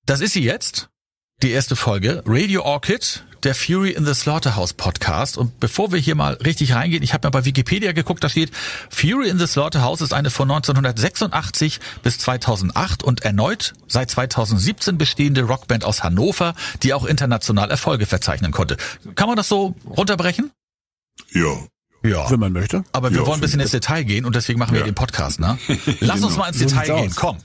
Das ist sie jetzt, die erste Folge, Radio Orchid, der Fury in the Slaughterhouse Podcast. Und bevor wir hier mal richtig reingehen, ich habe mal bei Wikipedia geguckt, da steht, Fury in the Slaughterhouse ist eine von 1986 bis 2008 und erneut seit 2017 bestehende Rockband aus Hannover, die auch international Erfolge verzeichnen konnte. Kann man das so runterbrechen? Ja. Wenn man möchte. Aber wir wollen ein bisschen ins Detail gehen und deswegen machen wir den Podcast, ne? Lass uns mal ins Detail gehen, komm.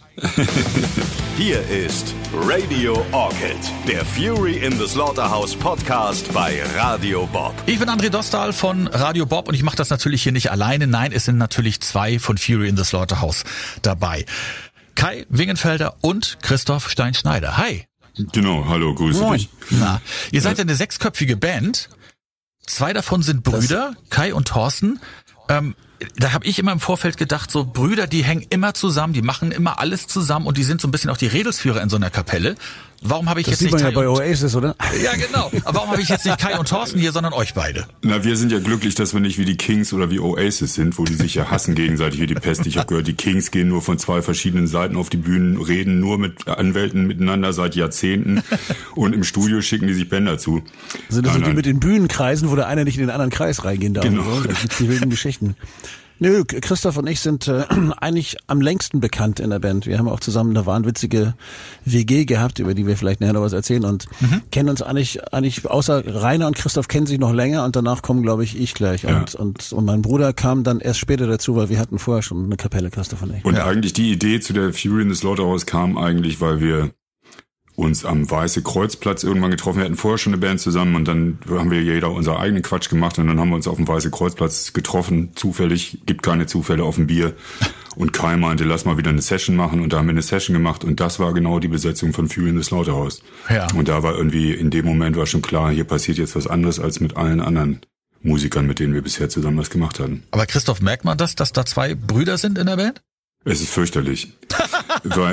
Hier ist Radio Orchid, der Fury in the Slaughterhouse Podcast bei Radio Bob. Ich bin André Dostal von Radio Bob und ich mache das natürlich hier nicht alleine. Nein, es sind natürlich zwei von Fury in the Slaughterhouse dabei. Kai Wingenfelder und Christoph Steinschneider. Hi. Genau, hallo, grüße dich. Na, ihr seid ja eine sechsköpfige Band. Zwei davon sind Brüder, Kai und Thorsten. Da habe ich immer im Vorfeld gedacht, so Brüder, die hängen immer zusammen, die machen immer alles zusammen und die sind so ein bisschen auch die Redelsführer in so einer Kapelle. Warum habe ich jetzt nicht Kai? Das sieht man ja bei Oasis, oder? Ja, genau. Aber warum habe ich jetzt nicht Kai und Thorsten hier, sondern euch beide? Na, wir sind ja glücklich, dass wir nicht wie die Kings oder wie Oasis sind, wo die sich ja hassen gegenseitig wie die Pest. Ich habe gehört, die Kings gehen nur von zwei verschiedenen Seiten auf die Bühnen, reden nur mit Anwälten miteinander seit Jahrzehnten und im Studio schicken die sich Bänder zu. Sind das so die mit den Bühnenkreisen, wo der eine nicht in den anderen Kreis reingehen darf? Genau. So? Das sind die wilden Geschichten. Nö, Christoph und ich sind eigentlich am längsten bekannt in der Band. Wir haben auch zusammen eine wahnwitzige WG gehabt, über die wir vielleicht nachher noch was erzählen und kennen uns eigentlich außer Rainer und Christoph kennen sich noch länger und danach kommen, glaube ich gleich. Ja. Und mein Bruder kam dann erst später dazu, weil wir hatten vorher schon eine Kapelle, Christoph und ich. Und eigentlich die Idee zu der Fury in the Slaughterhouse kam eigentlich, weil wir uns am Weiße Kreuzplatz irgendwann getroffen. Wir hatten vorher schon eine Band zusammen und dann haben wir jeder unseren eigenen Quatsch gemacht und dann haben wir uns auf dem Weiße Kreuzplatz getroffen. Zufällig, gibt keine Zufälle auf dem Bier. Und Kai meinte, lass mal wieder eine Session machen und da haben wir eine Session gemacht und das war genau die Besetzung von Fury in the Slaughterhouse. Ja. Und da war irgendwie, in dem Moment war schon klar, hier passiert jetzt was anderes als mit allen anderen Musikern, mit denen wir bisher zusammen was gemacht hatten. Aber Christoph, merkt man das, dass da zwei Brüder sind in der Band? Es ist fürchterlich. Weil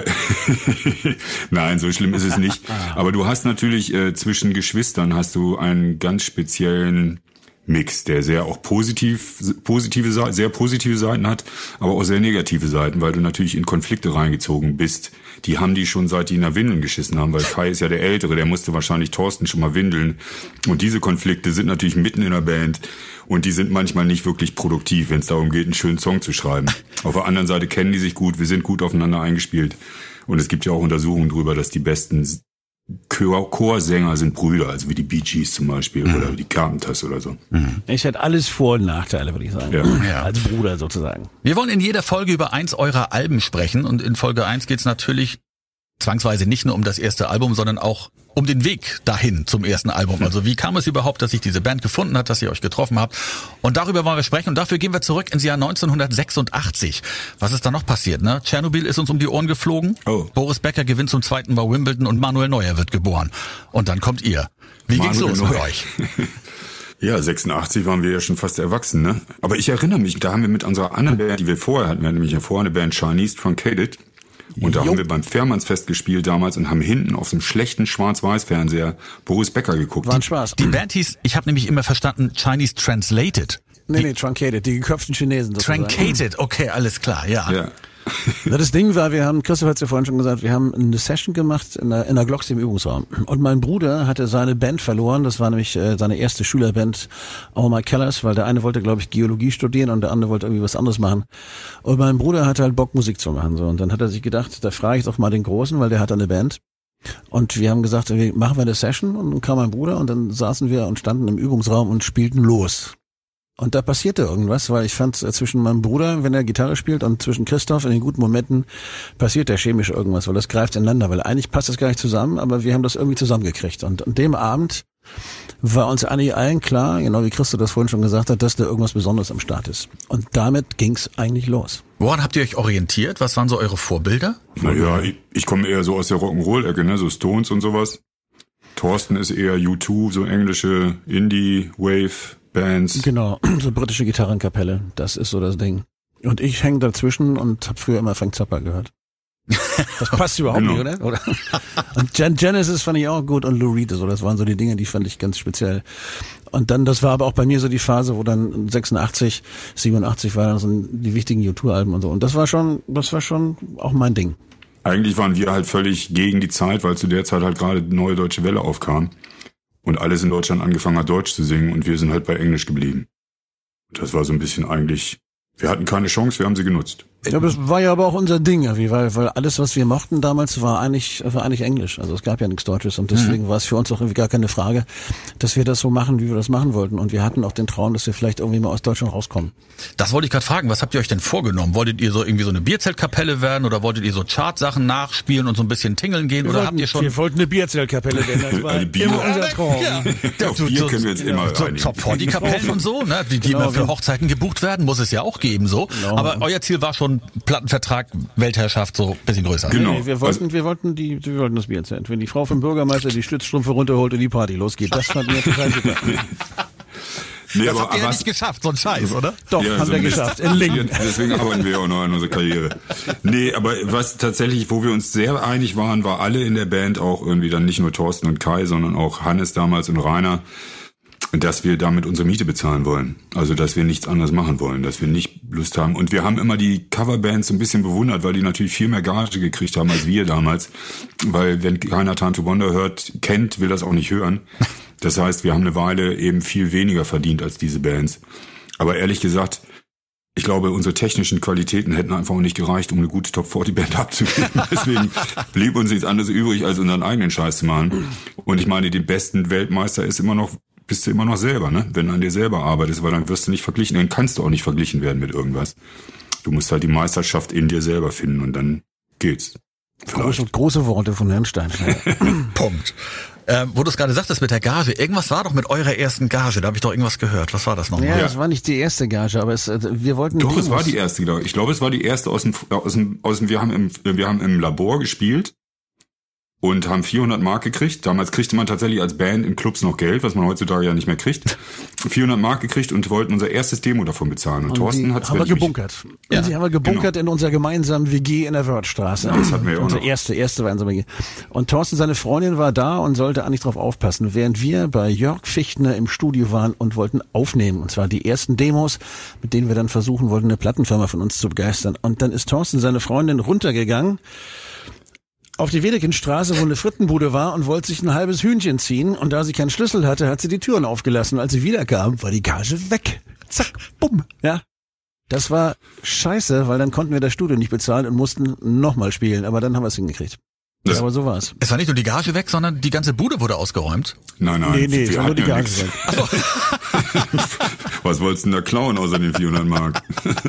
nein, so schlimm ist es nicht. Aber du hast natürlich zwischen Geschwistern hast du einen ganz speziellen Mix, der sehr auch sehr positive Seiten hat, aber auch sehr negative Seiten, weil du natürlich in Konflikte reingezogen bist. Die haben die schon seit die in der Windeln geschissen haben, weil Kai ist ja der Ältere, der musste wahrscheinlich Thorsten schon mal windeln. Und diese Konflikte sind natürlich mitten in der Band und die sind manchmal nicht wirklich produktiv, wenn es darum geht, einen schönen Song zu schreiben. Auf der anderen Seite kennen die sich gut, wir sind gut aufeinander eingespielt. Und es gibt ja auch Untersuchungen darüber, dass die besten Chorsänger sind Brüder, also wie die Bee Gees zum Beispiel oder wie die Carpenters oder so. Es hat alles Vor- und Nachteile, würde ich sagen. Ja. Als Bruder sozusagen. Wir wollen in jeder Folge über eins eurer Alben sprechen und in Folge 1 geht's natürlich zwangsweise nicht nur um das erste Album, sondern auch um den Weg dahin zum ersten Album. Also wie kam es überhaupt, dass sich diese Band gefunden hat, dass ihr euch getroffen habt? Und darüber wollen wir sprechen und dafür gehen wir zurück ins Jahr 1986. Was ist da noch passiert, ne? Tschernobyl ist uns um die Ohren geflogen. Oh. Boris Becker gewinnt zum zweiten Mal Wimbledon und Manuel Neuer wird geboren. Und dann kommt ihr. Wie ging's los mit euch? Ja, 86 waren wir ja schon fast erwachsen, ne? Aber ich erinnere mich, da haben wir mit unserer anderen Band, die wir vorher hatten, wir hatten nämlich ja vorher eine Band Chinese Truncated. Und da haben wir beim Fährmannsfest gespielt damals und haben hinten auf so einem schlechten Schwarz-Weiß-Fernseher Boris Becker geguckt. War ein Spaß. Die Band hieß, ich habe nämlich immer verstanden, Chinese Translated. Nee, Truncated, die geköpften Chinesen sozusagen. Truncated, okay, alles klar, ja. Ja. Das Ding war, Christoph hat es ja vorhin schon gesagt, wir haben eine Session gemacht in der Glocks im Übungsraum. Und mein Bruder hatte seine Band verloren, das war nämlich seine erste Schülerband, All My Killers, weil der eine wollte, glaube ich, Geologie studieren und der andere wollte irgendwie was anderes machen. Und mein Bruder hatte halt Bock, Musik zu machen. So. Und dann hat er sich gedacht, da frage ich doch mal den Großen, weil der hat eine Band. Und wir haben gesagt, machen wir eine Session und dann kam mein Bruder und dann saßen wir und standen im Übungsraum und spielten los. Und da passierte irgendwas, weil ich fand, zwischen meinem Bruder, wenn er Gitarre spielt, und zwischen Christoph in den guten Momenten passiert da chemisch irgendwas, weil das greift ineinander, weil eigentlich passt das gar nicht zusammen, aber wir haben das irgendwie zusammengekriegt. Und an dem Abend war uns eigentlich allen klar, genau wie Christoph das vorhin schon gesagt hat, dass da irgendwas Besonderes am Start ist. Und damit ging's eigentlich los. Woran habt ihr euch orientiert? Was waren so eure Vorbilder? Naja, ich komme eher so aus der Rock'n'Roll-Ecke, ne, so Stones und sowas. Thorsten ist eher U2, so englische Indie-Wave-Bands. Genau, so britische Gitarrenkapelle, das ist so das Ding. Und ich hänge dazwischen und habe früher immer Frank Zappa gehört. Das passt überhaupt Genau. nicht, oder? Und Genesis fand ich auch gut und Lou Reed, so, das waren so die Dinge, die fand ich ganz speziell. Und dann, das war aber auch bei mir so die Phase, wo dann 86, 87 waren dann so die wichtigen U2-Alben und so. Und das war schon auch mein Ding. eigentlich waren wir halt völlig gegen die Zeit, weil zu der Zeit halt gerade Neue Deutsche Welle aufkam und alles in Deutschland angefangen hat, Deutsch zu singen und wir sind halt bei Englisch geblieben. Das war so ein bisschen eigentlich, wir hatten keine Chance, wir haben sie genutzt. Ja, das war ja aber auch unser Ding, weil alles, was wir mochten damals, war eigentlich Englisch. Also es gab ja nichts Deutsches und deswegen war es für uns auch irgendwie gar keine Frage, dass wir das so machen, wie wir das machen wollten. Und wir hatten auch den Traum, dass wir vielleicht irgendwie mal aus Deutschland rauskommen. Das wollte ich gerade fragen. Was habt ihr euch denn vorgenommen? Wolltet ihr so irgendwie so eine Bierzeltkapelle werden oder wolltet ihr so Chartsachen nachspielen und so ein bisschen tingeln gehen? Habt ihr schon? Wir wollten eine Bierzeltkapelle werden. Das war immer unser Traum. Ja, Auf Bier können wir jetzt immer so einigen. Top 40 Kapellen und so, ne? Die immer für Hochzeiten gebucht werden, muss es ja auch geben, so. Genau. Aber euer Ziel war schon Plattenvertrag, Weltherrschaft, so ein bisschen größer. Genau. Nee, wir wollten das Bierzelt. Wenn die Frau vom Bürgermeister die Stützstrümpfe runterholt und die Party losgeht, das fanden wir total super. Nee, Das habt ihr ja nicht geschafft, so ein Scheiß, oder? Doch, Ja, haben so wir ein Mist. geschafft. In Lingen. Deswegen arbeiten wir ja auch noch an unserer Karriere. Nee, aber was tatsächlich, wo wir uns sehr einig waren, war alle in der Band auch irgendwie dann nicht nur Thorsten und Kai, sondern auch Hannes damals und Rainer, dass wir damit unsere Miete bezahlen wollen. Also, dass wir nichts anderes machen wollen, dass wir nicht Lust haben. Und wir haben immer die Coverbands so ein bisschen bewundert, weil die natürlich viel mehr Gage gekriegt haben als wir damals. Weil wenn keiner Time to Wonder kennt, will das auch nicht hören. Das heißt, wir haben eine Weile eben viel weniger verdient als diese Bands. Aber ehrlich gesagt, ich glaube, unsere technischen Qualitäten hätten einfach auch nicht gereicht, um eine gute Top-40-Band abzugeben. Deswegen blieb uns nichts anderes übrig, als unseren eigenen Scheiß zu machen. Und ich meine, den besten Weltmeister bist du immer noch selber, ne? Wenn du an dir selber arbeitest, weil dann wirst du nicht verglichen, dann kannst du auch nicht verglichen werden mit irgendwas. Du musst halt die Meisterschaft in dir selber finden und dann geht's. Große Worte von Herrn Steinschneider. Punkt. Wo du es gerade sagtest mit der Gage, irgendwas war doch mit eurer ersten Gage, da habe ich doch irgendwas gehört. Was war das nochmal? Ja, das war nicht die erste Gage, aber wir wollten... Doch, es war die erste, glaube ich. Ich glaube, es war die erste aus dem wir haben im Labor gespielt und haben 400 Mark gekriegt. Damals kriegte man tatsächlich als Band in Clubs noch Geld, was man heutzutage ja nicht mehr kriegt. 400 Mark gekriegt und wollten unser erstes Demo davon bezahlen. Und Thorsten hat es haben wir gebunkert. Ja, die haben wir gebunkert genau. in unserer gemeinsamen WG in der Wörthstraße. Das hatten wir ja auch Unsere noch. erste war unsere WG. Und Thorsten, seine Freundin, war da und sollte eigentlich drauf aufpassen, während wir bei Jörg Fichtner im Studio waren und wollten aufnehmen. Und zwar die ersten Demos, mit denen wir dann versuchen wollten, eine Plattenfirma von uns zu begeistern. Und dann ist Thorsten, seine Freundin, runtergegangen auf die Wedekinstraße, wo eine Frittenbude war und wollte sich ein halbes Hühnchen ziehen. Und da sie keinen Schlüssel hatte, hat sie die Türen aufgelassen. Als sie wiederkam, war die Gage weg. Zack, bumm. Ja. Das war scheiße, weil dann konnten wir das Studio nicht bezahlen und mussten nochmal spielen. Aber dann haben wir es hingekriegt. Ja, aber so war's. Es war nicht nur die Gage weg, sondern die ganze Bude wurde ausgeräumt. Nein, Nee, es war nur die hatten ja Gage nichts. weg. Was wolltest du denn da klauen außer den 400 Mark?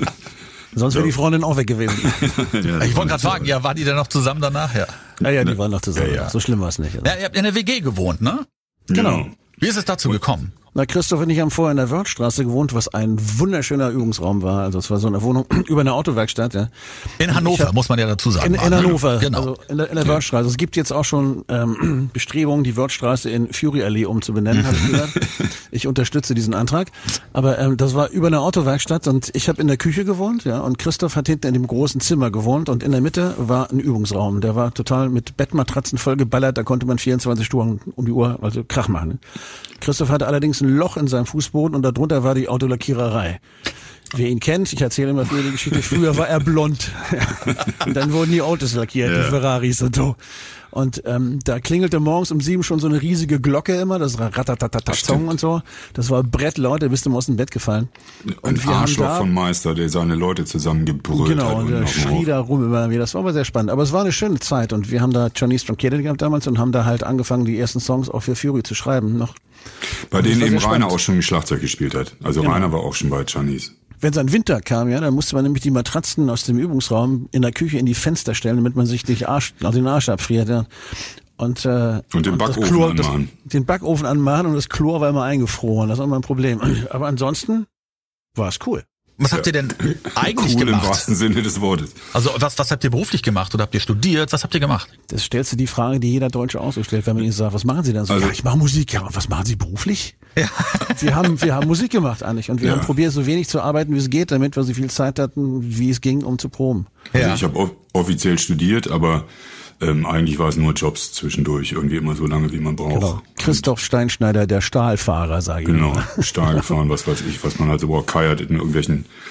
Sonst wäre die Freundin auch weg gewesen. Ja, Ich wollte gerade fragen, ja, waren die denn noch zusammen danach? Ja. Ja, die waren noch zusammen. Ja. So schlimm war es nicht. Ja, ihr habt in der WG gewohnt, ne? Genau. Wie ist es dazu gekommen? Na, Christoph und ich haben vorher in der Wörthstraße gewohnt, was ein wunderschöner Übungsraum war. Also es war so eine Wohnung über eine Autowerkstatt, ja. In Hannover, muss man ja dazu sagen. In Hannover, Genau. also in der Wörthstraße. Es gibt jetzt auch schon Bestrebungen, die Wörthstraße in Fury-Allee umzubenennen, habe ich gehört. Ich unterstütze diesen Antrag. Aber das war über eine Autowerkstatt und ich habe in der Küche gewohnt, ja, und Christoph hat hinten in dem großen Zimmer gewohnt und in der Mitte war ein Übungsraum. Der war total mit Bettmatratzen vollgeballert, da konnte man 24 Stunden um die Uhr, also Krach machen. Ne? Christoph hatte allerdings ein Loch in seinem Fußboden und darunter war die Autolackiererei. Wer ihn kennt, ich erzähle immer früher die Geschichte, früher war er blond. Und dann wurden die Autos lackiert, die Ferraris und so. Und da klingelte morgens um 7 schon so eine riesige Glocke immer, das Ratatatatazong und so. Das war brettlaut, da bist du aus dem Bett gefallen. Und Ein Arschloch vom Meister, der seine Leute zusammengebrüllt hat. Genau, und der schrie da rum immer wieder. Das war aber sehr spannend. Aber es war eine schöne Zeit und wir haben da Johnny Stromkede gehabt damals und haben da halt angefangen, die ersten Songs auch für Fury zu schreiben noch. Bei denen war eben sehr Rainer spannend. auch schon Schlagzeug gespielt hat. Also Genau. Rainer war auch schon bei Chinese. Wenn es ein Winter kam, ja, dann musste man nämlich die Matratzen aus dem Übungsraum in der Küche in die Fenster stellen, damit man sich den Arsch abfriert, ja. Und den das Backofen Chlor, anmachen. Den Backofen anmachen und das Chlor war immer eingefroren. Das war immer ein Problem. Aber ansonsten war es cool. Was habt ihr denn eigentlich Cool im gemacht? wahrsten Sinne des Wortes. Also was habt ihr beruflich gemacht oder habt ihr studiert? Was habt ihr gemacht? Das stellst du die Frage, die jeder Deutsche auch so stellt, wenn man ihnen sagt, was machen Sie denn so? Also- Ja, ich mache Musik. Ja, und was machen Sie beruflich? Ja. Wir haben Musik gemacht eigentlich und wir haben probiert, so wenig zu arbeiten, wie es geht, damit wir so viel Zeit hatten, wie es ging, um zu proben. Also ich habe offiziell studiert, aber eigentlich war es nur Jobs zwischendurch. Irgendwie immer so lange, wie man braucht. Genau. Christoph Steinschneider, der Stahlfahrer, sage ich Genau, mal. Stahl gefahren, was weiß ich, was man halt so Kajert in irgendwelchen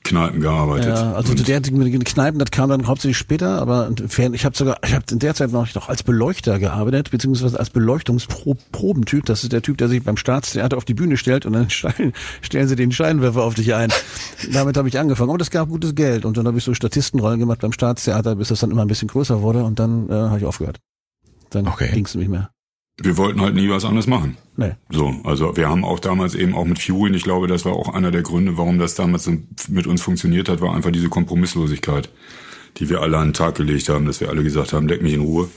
Kneipen gearbeitet. Ja, also die Kneipen, das kam dann hauptsächlich später, aber ich habe in der Zeit noch als Beleuchter gearbeitet, beziehungsweise als Beleuchtungsprobentyp. Das ist der Typ, der sich beim Staatstheater auf die Bühne stellt und dann stellen sie den Scheinwerfer auf dich ein. Damit habe ich angefangen. Und es gab gutes Geld. Und dann habe ich so Statistenrollen gemacht beim Staatstheater, bis das dann immer ein bisschen größer wurde und dann habe ich aufgehört. Dann ging es nicht mehr. Wir wollten halt nie was anderes machen. Nee. So, also wir haben auch damals eben auch mit Fury, ich glaube, das war auch einer der Gründe, warum das damals so mit uns funktioniert hat, war einfach diese Kompromisslosigkeit, die wir alle an den Tag gelegt haben, dass wir alle gesagt haben, leck mich in Ruhe.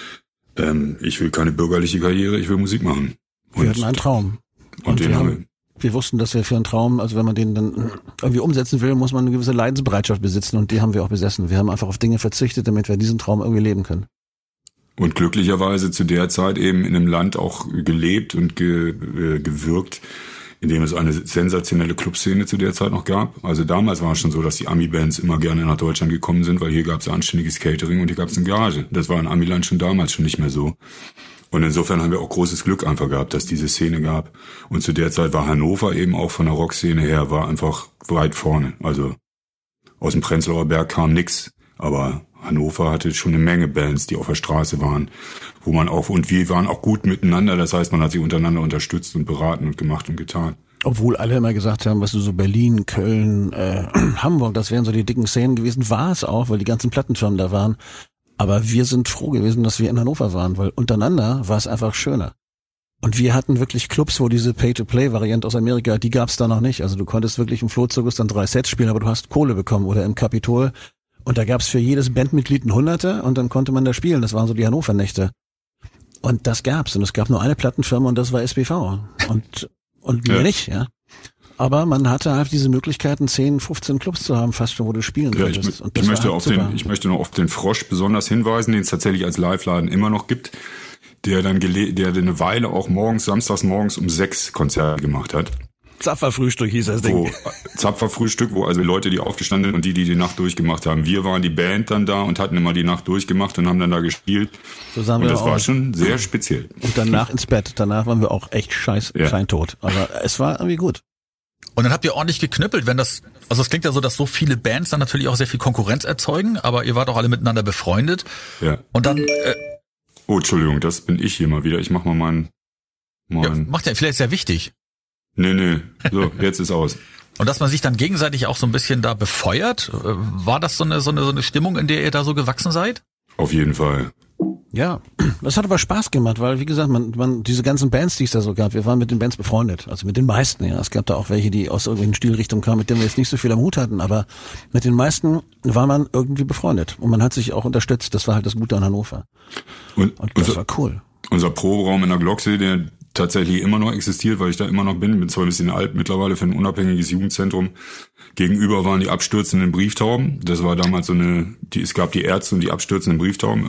Ich will keine bürgerliche Karriere, ich will Musik machen. Wir hatten einen Traum. Und den wir wussten, dass wir für einen Traum, also wenn man den dann irgendwie umsetzen will, muss man eine gewisse Leidensbereitschaft besitzen und die haben wir auch besessen. Wir haben einfach auf Dinge verzichtet, damit wir diesen Traum irgendwie leben können. Und glücklicherweise zu der Zeit eben in einem Land auch gelebt und gewirkt, in dem es eine sensationelle Clubszene zu der Zeit noch gab. Also damals war es schon so, dass die Ami-Bands immer gerne nach Deutschland gekommen sind, weil hier gab es anständiges Catering und hier gab es eine Garage. Das war in Amiland schon damals schon nicht mehr so. Und insofern haben wir auch großes Glück einfach gehabt, dass diese Szene gab. Und zu der Zeit war Hannover eben auch von der Rockszene her, war einfach weit vorne. Also aus dem Prenzlauer Berg kam nix, aber Hannover hatte schon eine Menge Bands, die auf der Straße waren, und wir waren auch gut miteinander, das heißt, man hat sich untereinander unterstützt und beraten und gemacht und getan. Obwohl alle immer gesagt haben, was du so Berlin, Köln, Hamburg, das wären so die dicken Szenen gewesen, war es auch, weil die ganzen Plattenfirmen da waren. Aber wir sind froh gewesen, dass wir in Hannover waren, weil untereinander war es einfach schöner. Und wir hatten wirklich Clubs, wo diese Pay-to-Play-Variante aus Amerika, die gab's da noch nicht. Also du konntest wirklich im Flohzirkus dann 3 Sets spielen, aber du hast Kohle bekommen oder im Kapitol. Und da gab's für jedes Bandmitglied ein Hunderter und dann konnte man da spielen. Das waren so die Hannover-Nächte. Und das gab's. Und es gab nur eine Plattenfirma und das war SPV. Und mehr nicht, ja. Aber man hatte halt diese Möglichkeiten, 10, 15 Clubs zu haben, fast schon, wo du spielen konntest. Ich möchte noch auf den Frosch besonders hinweisen, den es tatsächlich als Live-Laden immer noch gibt, der eine Weile auch samstags morgens um 6 Konzerte gemacht hat. Zapferfrühstück hieß das Ding. Zapferfrühstück, wo also Leute, die aufgestanden sind und die Nacht durchgemacht haben. Wir waren die Band dann da und hatten immer die Nacht durchgemacht und haben dann da gespielt. So sahen wir und das war schon sehr speziell. Und danach ins Bett. Danach waren wir auch echt scheintot. Aber es war irgendwie gut. Und dann habt ihr ordentlich geknüppelt, also es klingt ja so, dass so viele Bands dann natürlich auch sehr viel Konkurrenz erzeugen, aber ihr wart auch alle miteinander befreundet. Ja. Und dann... oh, Entschuldigung, das bin ich hier mal wieder. Ich mach mal meinen... Ja, macht ja, vielleicht ist ja wichtig. Nee. So, jetzt ist aus. Und dass man sich dann gegenseitig auch so ein bisschen da befeuert, war das so eine Stimmung, in der ihr da so gewachsen seid? Auf jeden Fall. Ja, das hat aber Spaß gemacht, weil, wie gesagt, man diese ganzen Bands, die es da so gab, wir waren mit den Bands befreundet, also mit den meisten, ja. Es gab da auch welche, die aus irgendwelchen Stilrichtungen kamen, mit denen wir jetzt nicht so viel am Hut hatten, aber mit den meisten war man irgendwie befreundet und man hat sich auch unterstützt. Das war halt das Gute an Hannover. Und das war cool. Unser Proberaum in der Glocksee, der tatsächlich immer noch existiert, weil ich da immer noch bin zwar ein bisschen alt mittlerweile für ein unabhängiges Jugendzentrum. Gegenüber waren die abstürzenden Brieftauben. Das war damals es gab die Ärzte und die abstürzenden Brieftauben.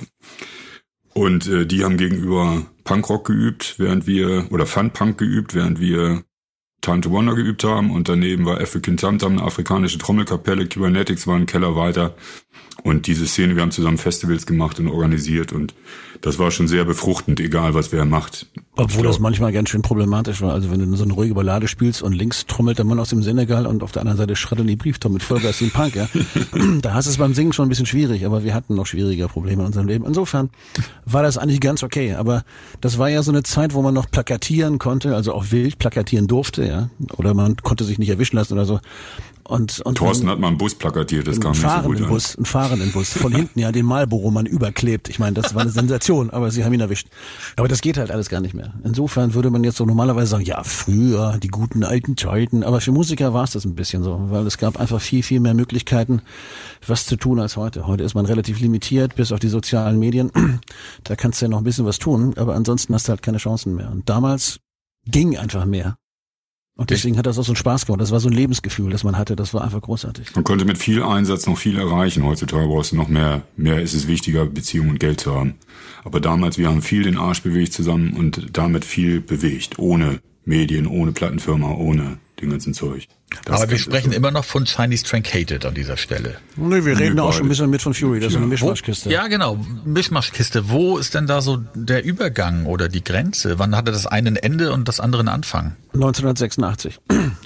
Und die haben gegenüber Punkrock geübt, oder Fun-Punk geübt, während wir Time to Wonder geübt haben. Und daneben war African Tam-Tam, eine afrikanische Trommelkapelle, Cybernetics war ein Keller weiter. Und diese Szene, wir haben zusammen Festivals gemacht und organisiert und das war schon sehr befruchtend, egal was wer macht. Obwohl das manchmal ganz schön problematisch war. Also wenn du so eine ruhige Ballade spielst und links trommelt der Mann aus dem Senegal und auf der anderen Seite schreddern die Brieftaube mit Vollgas den Punk, ja. Da hast du es beim Singen schon ein bisschen schwierig, aber wir hatten noch schwierige Probleme in unserem Leben. Insofern war das eigentlich ganz okay. Aber das war ja so eine Zeit, wo man noch plakatieren konnte, also auch wild plakatieren durfte, ja. Oder man konnte sich nicht erwischen lassen oder so. Und Thorsten hat mal einen Bus plakatiert, das kam nicht so gut an. Einen fahrenden Bus, von hinten ja den Marlboro-Mann überklebt. Ich meine, das war eine Sensation, aber sie haben ihn erwischt. Aber das geht halt alles gar nicht mehr. Insofern würde man jetzt so normalerweise sagen, ja, früher, die guten alten Zeiten. Aber für Musiker war es das ein bisschen so, weil es gab einfach viel, viel mehr Möglichkeiten, was zu tun als heute. Heute ist man relativ limitiert, bis auf die sozialen Medien. Da kannst du ja noch ein bisschen was tun, aber ansonsten hast du halt keine Chancen mehr. Und damals ging einfach mehr. Und deswegen hat das auch so einen Spaß gemacht. Das war so ein Lebensgefühl, das man hatte. Das war einfach großartig. Man konnte mit viel Einsatz noch viel erreichen. Heutzutage brauchst du noch mehr. Mehr ist es wichtiger, Beziehungen und Geld zu haben. Aber damals, wir haben viel den Arsch bewegt zusammen und damit viel bewegt. Ohne Medien, ohne Plattenfirma, ohne den ganzen Zeug. Aber wir sprechen immer noch von Chinese Truncated an dieser Stelle. Nee, wir reden auch schon ein bisschen mit von Fury, das ist eine Mischmaschkiste. Ja, genau, Mischmaschkiste. Wo ist denn da so der Übergang oder die Grenze? Wann hatte das eine ein Ende und das andere einen Anfang? 1986.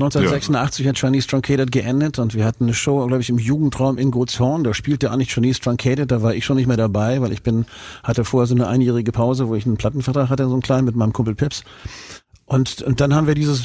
1986 hat Chinese Truncated geendet und wir hatten eine Show, glaube ich, im Jugendraum in Goatshorn. Da spielte eigentlich Chinese Truncated, da war ich schon nicht mehr dabei, weil hatte vorher so eine einjährige Pause, wo ich einen Plattenvertrag hatte, so einen kleinen mit meinem Kumpel Pips. Und dann haben wir diese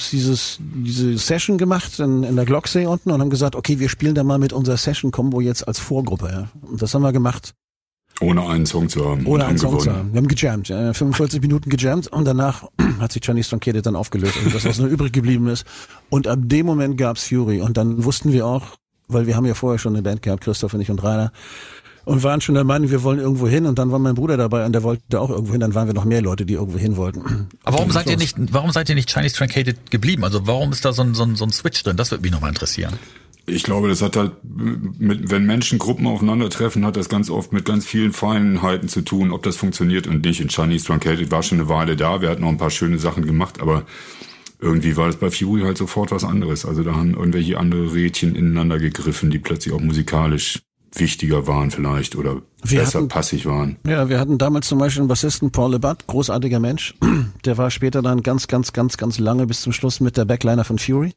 Session gemacht in der Glocksee unten und haben gesagt, okay, wir spielen da mal mit unserer Session-Combo jetzt als Vorgruppe. Ja. Und das haben wir gemacht. Ohne einen Song zu haben. Ohne einen Song zu haben. Wir haben gejammt, 45 Minuten gejammt und danach hat sich Chinese Truncated dann aufgelöst. Also das, was nur übrig geblieben ist. Und ab dem Moment gab's Fury. Und dann wussten wir auch, weil wir haben ja vorher schon eine Band gehabt, Christoph und ich und Rainer, und waren schon der Meinung, wir wollen irgendwo hin, und dann war mein Bruder dabei und der wollte auch irgendwo hin, dann waren wir noch mehr Leute, die irgendwo hin wollten. Aber warum seid ihr nicht Chinese Truncated geblieben? Also warum ist da so ein Switch drin? Das würde mich nochmal interessieren. Ich glaube, das hat halt, wenn Menschen Gruppen aufeinandertreffen, hat das ganz oft mit ganz vielen Feinheiten zu tun, ob das funktioniert und nicht. In Chinese Truncated war schon eine Weile da, wir hatten noch ein paar schöne Sachen gemacht, aber irgendwie war das bei Fury halt sofort was anderes. Also da haben irgendwelche andere Rädchen ineinander gegriffen, die plötzlich auch musikalisch wichtiger waren vielleicht oder besser passig waren. Ja, wir hatten damals zum Beispiel einen Bassisten, Paul Lebat, großartiger Mensch. Der war später dann ganz lange bis zum Schluss mit der Backliner von Fury.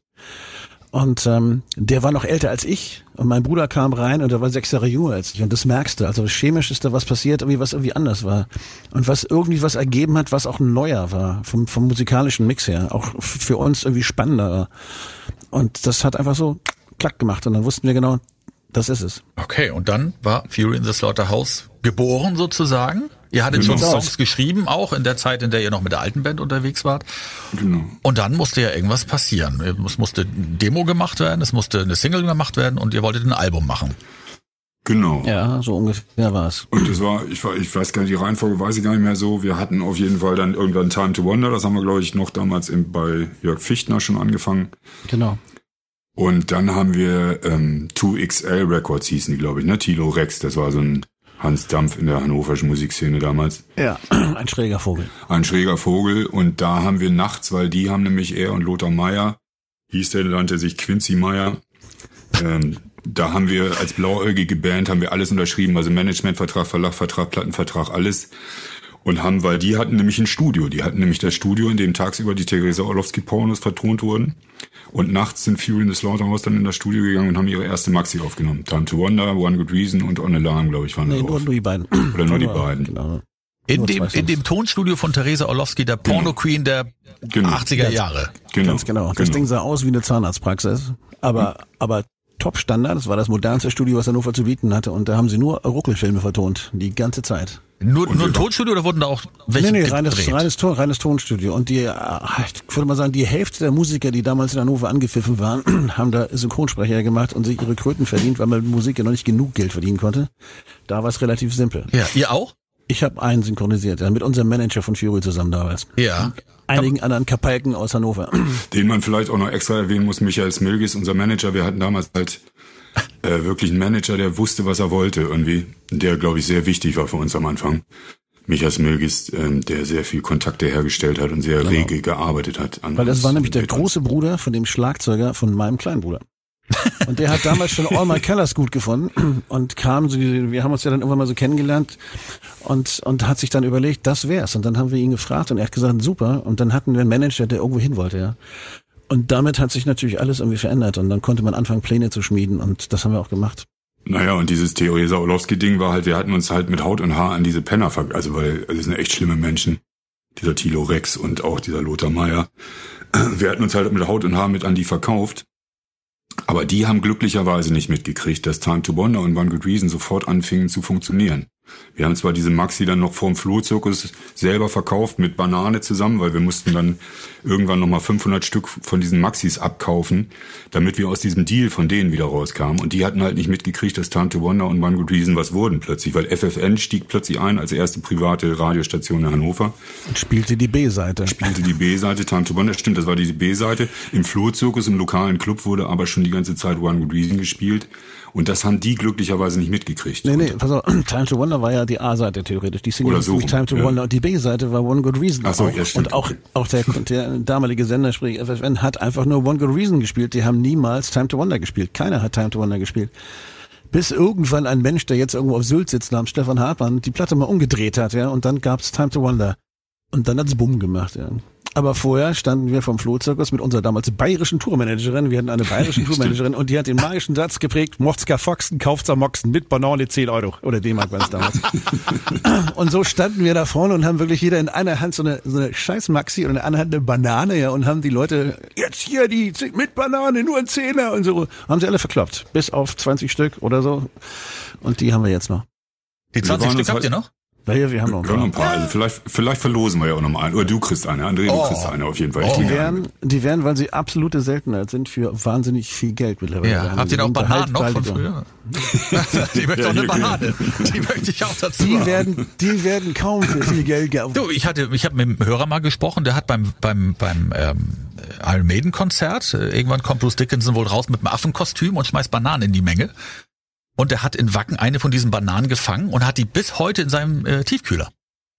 Und der war noch älter als ich. Und mein Bruder kam rein und der war 6 Jahre jünger als ich. Und das merkst du. Also chemisch ist da was passiert, was irgendwie anders war. Und was irgendwie was ergeben hat, was auch neuer war. Vom musikalischen Mix her. Auch für uns irgendwie spannender war. Und das hat einfach so klack gemacht. Und dann wussten wir genau, das ist es. Okay, und dann war Fury in the Slaughterhouse geboren sozusagen. Ihr hattet schon Songs geschrieben, auch in der Zeit, in der ihr noch mit der alten Band unterwegs wart. Genau. Und dann musste ja irgendwas passieren. Es musste ein Demo gemacht werden, es musste eine Single gemacht werden und ihr wolltet ein Album machen. Genau. Ja, so ungefähr war es. Und das war, ich weiß gar nicht, die Reihenfolge weiß ich gar nicht mehr so. Wir hatten auf jeden Fall dann irgendwann Time to Wonder, das haben wir, glaube ich, noch damals bei Jörg Fichtner schon angefangen. Genau. Und dann haben wir 2XL Records hießen die, glaube ich, ne? Tilo Rex, das war so ein Hans Dampf in der hannoverschen Musikszene damals. Ja, ein schräger Vogel. Ein schräger Vogel. Und da haben wir nachts, weil die haben nämlich er und Lothar Meyer, nannte sich Quincy Meyer, da haben wir als blauäugige Band, haben wir alles unterschrieben, also Managementvertrag, Verlagvertrag, Plattenvertrag, alles. Und weil die hatten nämlich ein Studio. Die hatten nämlich das Studio, in dem tagsüber die Theresa Orlowski-Pornos vertont wurden. Und nachts sind Fury in the Slaughterhouse dann in das Studio gegangen und haben ihre erste Maxi aufgenommen. Time to Wonder, One Good Reason und On Alarm, glaube ich, waren da drauf. Nur die beiden. Oder nur die beiden. Genau. In dem Tonstudio von Theresa Orlowski, der Porno-Queen der 80er Jahre. Genau. Ganz genau. Das Ding sah aus wie eine Zahnarztpraxis. Aber Top-Standard, das war das modernste Studio, was Hannover zu bieten hatte. Und da haben sie nur Ruckelfilme vertont, die ganze Zeit. Nur ein Tonstudio oder wurden da auch welche gedreht? reines Tonstudio. Und ich würde mal sagen, die Hälfte der Musiker, die damals in Hannover angepfiffen waren, haben da Synchronsprecher gemacht und sich ihre Kröten verdient, weil man mit Musik ja noch nicht genug Geld verdienen konnte. Da war es relativ simpel. Ja, ihr auch? Ich habe einen synchronisiert, mit unserem Manager von Fury zusammen damals. Ja. Einigen anderen Kapalken aus Hannover. Den man vielleicht auch noch extra erwähnen muss, Michael Smilgis, unser Manager. Wir hatten damals halt wirklich einen Manager, der wusste, was er wollte irgendwie. Der, glaube ich, sehr wichtig war für uns am Anfang. Michael Smilgis, der sehr viel Kontakte hergestellt hat und sehr rege gearbeitet hat. Weil das war nämlich der große Bruder von dem Schlagzeuger von meinem kleinen Bruder. Und der hat damals schon All My Colors gut gefunden und wir haben uns ja dann irgendwann mal so kennengelernt und hat sich dann überlegt, das wär's. Und dann haben wir ihn gefragt und er hat gesagt, super. Und dann hatten wir einen Manager, der irgendwo hin wollte, ja. Und damit hat sich natürlich alles irgendwie verändert und dann konnte man anfangen, Pläne zu schmieden und das haben wir auch gemacht. Naja, und dieses Theresa Orlowski-Ding war halt, wir hatten uns halt mit Haut und Haar an diese Penner weil das sind echt schlimme Menschen. Dieser Tilo Rex und auch dieser Lothar Meyer. Wir hatten uns halt mit Haut und Haar mit an die verkauft. Aber die haben glücklicherweise nicht mitgekriegt, dass Time to Wonder und One Good Reason sofort anfingen zu funktionieren. Wir haben zwar diese Maxi dann noch vorm Flohzirkus selber verkauft mit Banane zusammen, weil wir mussten dann irgendwann nochmal 500 Stück von diesen Maxis abkaufen, damit wir aus diesem Deal von denen wieder rauskamen. Und die hatten halt nicht mitgekriegt, dass Time to Wonder und One Good Reason was wurden plötzlich, weil FFN stieg plötzlich ein als erste private Radiostation in Hannover. Und spielte die B-Seite. Time to Wonder, stimmt, das war diese B-Seite. Im Flohzirkus, im lokalen Club wurde aber schon die ganze Zeit One Good Reason gespielt. Und das haben die glücklicherweise nicht mitgekriegt. Nee, pass auf, Time to Wonder war ja die A-Seite theoretisch. Die Single Oder so, Time to Wonder und die B-Seite war One Good Reason. Ach so, ja, stimmt. Und auch der damalige Sender, sprich FFN, hat einfach nur One Good Reason gespielt. Die haben niemals Time to Wonder gespielt. Keiner hat Time to Wonder gespielt. Bis irgendwann ein Mensch, der jetzt irgendwo auf Sylt sitzt, namens Stefan Hartmann, die Platte mal umgedreht hat, ja, und dann gab's Time to Wonder. Und dann hat's Bumm gemacht, ja. Aber vorher standen wir vom Flohzirkus mit unserer damals bayerischen Tourmanagerin. Wir hatten eine bayerische Tourmanagerin und die hat den magischen Satz geprägt, Motzka Foxen, kauft's am Moxen, mit Banane 10 Euro. Oder D-Mark war es damals. Und so standen wir da vorne und haben wirklich jeder in einer Hand so eine scheiß Maxi und in der anderen Hand eine Banane, ja, und haben die Leute, jetzt hier die mit Banane, nur ein Zehner und so. Haben sie alle verkloppt. Bis auf 20 Stück oder so. Und die haben wir jetzt noch. Die 20 Stück habt ihr noch? Ja, wir haben noch ein paar. Also vielleicht verlosen wir ja auch noch mal einen. Oder du kriegst eine. André, du kriegst eine auf jeden Fall. Die werden, weil sie absolute Seltenheit sind, für wahnsinnig viel Geld mittlerweile. Ja, habt ihr noch Bananen noch von früher? Die möchte auch eine Banane. Die möchte ich auch dazu. Die werden kaum für viel Geld kaufen. Du, ich habe mit einem Hörer mal gesprochen, der hat beim Iron Maiden Konzert, irgendwann kommt Bruce Dickinson wohl raus mit einem Affenkostüm und schmeißt Bananen in die Menge. Und er hat in Wacken eine von diesen Bananen gefangen und hat die bis heute in seinem Tiefkühler.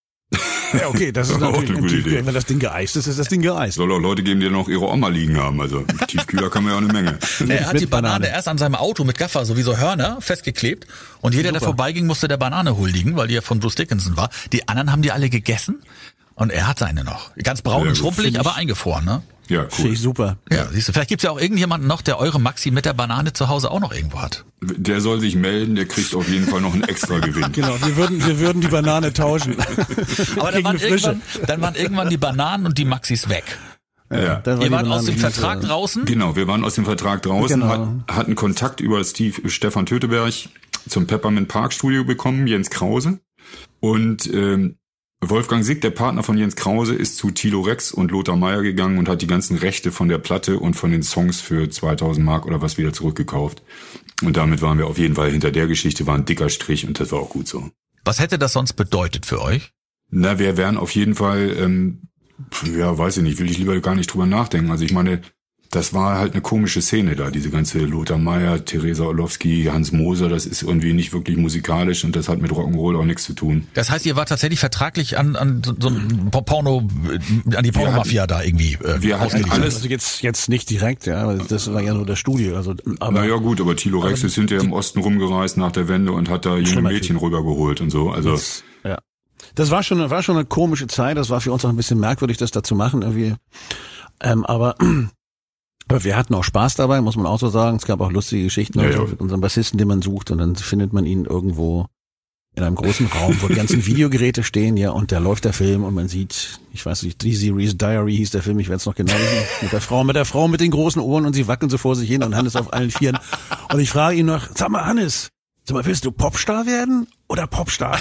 Ja, okay, das ist natürlich eine gute Idee. Wenn das Ding geeist ist das Ding geeist. Soll auch Leute geben, die noch ihre Oma liegen haben. Also im Tiefkühler kann man ja auch eine Menge. Er hat die Banane erst an seinem Auto mit Gaffer, so wie so Hörner, festgeklebt. Und jeder, der vorbeiging, musste der Banane huldigen, weil die ja von Bruce Dickinson war. Die anderen haben die alle gegessen und er hat seine noch. Ganz braun und schrumpelig, aber eingefroren, ne? Ja, cool. Finde ich super. Ja, siehst du, vielleicht gibt's ja auch irgendjemanden noch, der eure Maxi mit der Banane zu Hause auch noch irgendwo hat. Der soll sich melden, der kriegt auf jeden Fall noch einen extra Gewinn. Genau, wir würden die Banane tauschen. Aber dann waren irgendwann die Bananen und die Maxis weg. Ja. Ihr wart aus dem Vertrag draußen? Genau, wir waren aus dem Vertrag draußen, hatten Kontakt über Stefan Töteberg zum Peppermint Park Studio bekommen, Jens Krause. Und Wolfgang Sick, der Partner von Jens Krause, ist zu Thilo Rex und Lothar Meier gegangen und hat die ganzen Rechte von der Platte und von den Songs für 2000 Mark oder was wieder zurückgekauft. Und damit waren wir auf jeden Fall hinter der Geschichte, war ein dicker Strich und das war auch gut so. Was hätte das sonst bedeutet für euch? Na, wir wären auf jeden Fall, weiß ich nicht, will ich lieber gar nicht drüber nachdenken. Also ich meine, das war halt eine komische Szene da, diese ganze Lothar Meier, Theresa Orlowski, Hans Moser, das ist irgendwie nicht wirklich musikalisch und das hat mit Rock'n'Roll auch nichts zu tun. Das heißt, ihr wart tatsächlich vertraglich an so ein Porno, an die Pornomafia da irgendwie wir hatten alles. Also jetzt nicht direkt, ja, das war ja nur das Studio. Also, aber naja gut, aber Thilo Rex ist hinterher im Osten rumgereist nach der Wende und hat da junge Mädchen rübergeholt und so. Also ja. Das war schon eine komische Zeit, das war für uns auch ein bisschen merkwürdig, das da zu machen irgendwie. Aber wir hatten auch Spaß dabei, muss man auch so sagen. Es gab auch lustige Geschichten mit unserem Bassisten, den man sucht, und dann findet man ihn irgendwo in einem großen Raum, wo die ganzen Videogeräte stehen, ja, und da läuft der Film und man sieht, ich weiß nicht, Dizzy Reese Diary hieß der Film, ich werde es noch genau wissen, mit der Frau mit den großen Ohren und sie wackeln so vor sich hin und Hannes auf allen Vieren. Und ich frage ihn noch, sag mal Hannes, willst du Popstar werden oder Popstar?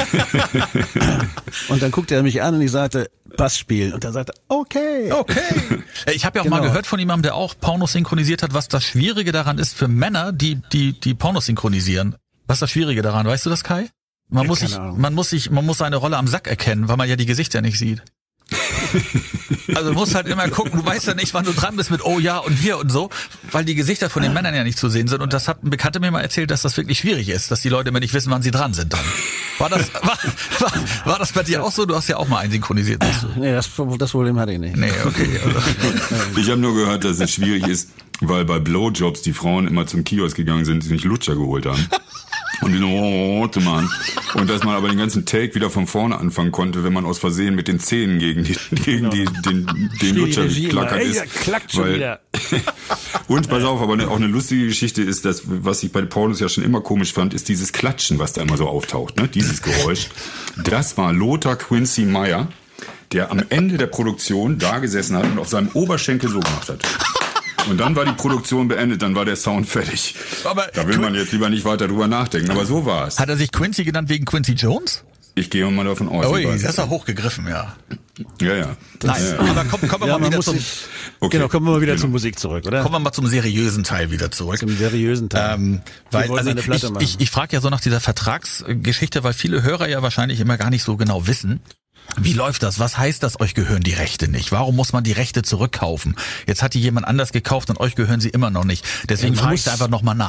Und dann guckte er mich an und ich sagte, Bass spielen. Und dann sagte er, okay. Ich habe ja auch mal gehört von jemandem, der auch Pornos synchronisiert hat, was das Schwierige daran ist für Männer, die Pornos synchronisieren. Was ist das Schwierige daran? Weißt du das, Kai? Man muss seine Rolle am Sack erkennen, weil man ja die Gesichter nicht sieht. Also du musst halt immer gucken, du weißt ja nicht, wann du dran bist mit oh ja und hier und so, weil die Gesichter von den Männern ja nicht zu sehen sind, und das hat ein Bekannter mir mal erzählt, dass das wirklich schwierig ist, dass die Leute immer nicht wissen, wann sie dran sind dann. War das bei dir auch so? Du hast ja auch mal einen synchronisiert. Nee, das Problem hatte ich nicht. Nee, okay. Ich habe nur gehört, dass es schwierig ist, weil bei Blowjobs die Frauen immer zum Kiosk gegangen sind, die sich Lutscher geholt haben. Und die so, Mann. Und dass man aber den ganzen Take wieder von vorne anfangen konnte, wenn man aus Versehen mit den Zähnen gegen den Lutscher geklackert ist. Klackt schon wieder. Und pass auf, aber auch eine lustige Geschichte ist, dass, was ich bei den Pornos ja schon immer komisch fand, ist dieses Klatschen, was da immer so auftaucht, ne? Dieses Geräusch. Das war Lothar Quincy Meier, der am Ende der Produktion da gesessen hat und auf seinem Oberschenkel so gemacht hat. Und dann war die Produktion beendet, dann war der Sound fertig. Aber da will man jetzt lieber nicht weiter drüber nachdenken, aber so war es. Hat er sich Quincy genannt wegen Quincy Jones? Ich gehe mal davon aus. Ui, das ist ja hochgegriffen, ja. Ja. Nein, aber kommen wir mal wieder kommen wir mal wieder zur Musik zurück, oder? Kommen wir mal zum seriösen Teil wieder zurück. Zum seriösen Teil. Ich frage ja so nach dieser Vertragsgeschichte, weil viele Hörer ja wahrscheinlich immer gar nicht so genau wissen. Wie läuft das? Was heißt das, euch gehören die Rechte nicht? Warum muss man die Rechte zurückkaufen? Jetzt hat die jemand anders gekauft und euch gehören sie immer noch nicht. Deswegen frage ich da einfach nochmal nach.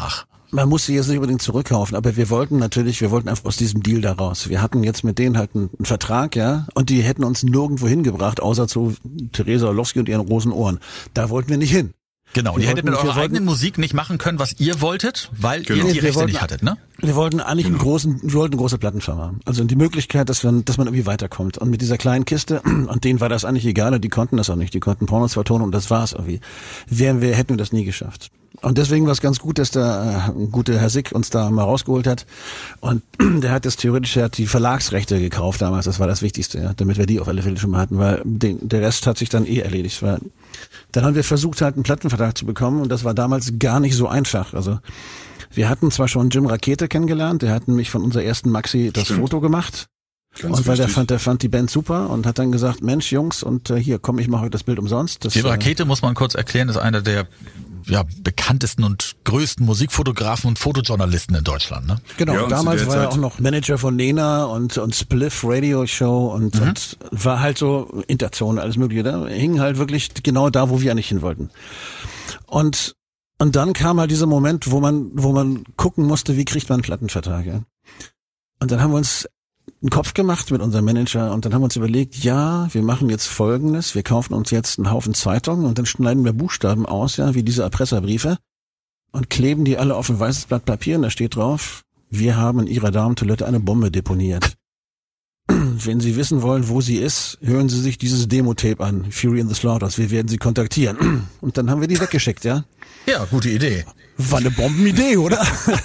man muss sie jetzt nicht unbedingt zurückkaufen, aber wir wollten einfach aus diesem Deal da raus. Wir hatten jetzt mit denen halt einen Vertrag, ja, und die hätten uns nirgendwo hingebracht, außer zu Theresa Orlowski und ihren rosen Ohren. Da wollten wir nicht hin. Genau, ihr hättet mit eurer eigenen Musik nicht machen können, was ihr wolltet, weil ihr die Rechte nicht hattet, ne? Wir wollten eigentlich eine große Plattenfirma haben. Also die Möglichkeit, dass man irgendwie weiterkommt. Und mit dieser kleinen Kiste, und denen war das eigentlich egal, und die konnten das auch nicht. Die konnten Pornos vertonen und das war's irgendwie. Hätten wir das nie geschafft. Und deswegen war es ganz gut, dass der gute Herr Sick uns da mal rausgeholt hat. Und der hat die Verlagsrechte gekauft damals. Das war das Wichtigste, ja, damit wir die auf alle Fälle schon mal hatten, weil der Rest hat sich dann erledigt. Weil dann haben wir versucht, halt einen Plattenvertrag zu bekommen, und das war damals gar nicht so einfach. Also wir hatten zwar schon Jim Rakete kennengelernt, der hat nämlich von unserer ersten Maxi das Foto gemacht. Ganz und weil der fand die Band super und hat dann gesagt, Mensch, Jungs, und hier, komm, ich mache euch das Bild umsonst. Jim Rakete, muss man kurz erklären, ist einer der bekanntesten und größten Musikfotografen und Fotojournalisten in Deutschland, ne? Genau, ja, damals war er auch noch Manager von Nena und Spliff Radio Show und war halt so Interzone, alles mögliche. Da hing halt wirklich genau da, wo wir nicht hin wollten. Und dann kam halt dieser Moment, wo man gucken musste, wie kriegt man einen Plattenvertrag, ja? Und dann haben wir uns einen Kopf gemacht mit unserem Manager und dann haben wir uns überlegt, ja, wir machen jetzt Folgendes, wir kaufen uns jetzt einen Haufen Zeitungen und dann schneiden wir Buchstaben aus, ja, wie diese Erpresserbriefe, und kleben die alle auf ein weißes Blatt Papier, und da steht drauf, wir haben in Ihrer Damentoilette eine Bombe deponiert. Wenn Sie wissen wollen, wo sie ist, hören Sie sich dieses Demo-Tape an, Fury in the Slaughterhouse, wir werden Sie kontaktieren. Und dann haben wir die weggeschickt, ja? Ja, gute Idee. War eine Bombenidee, oder?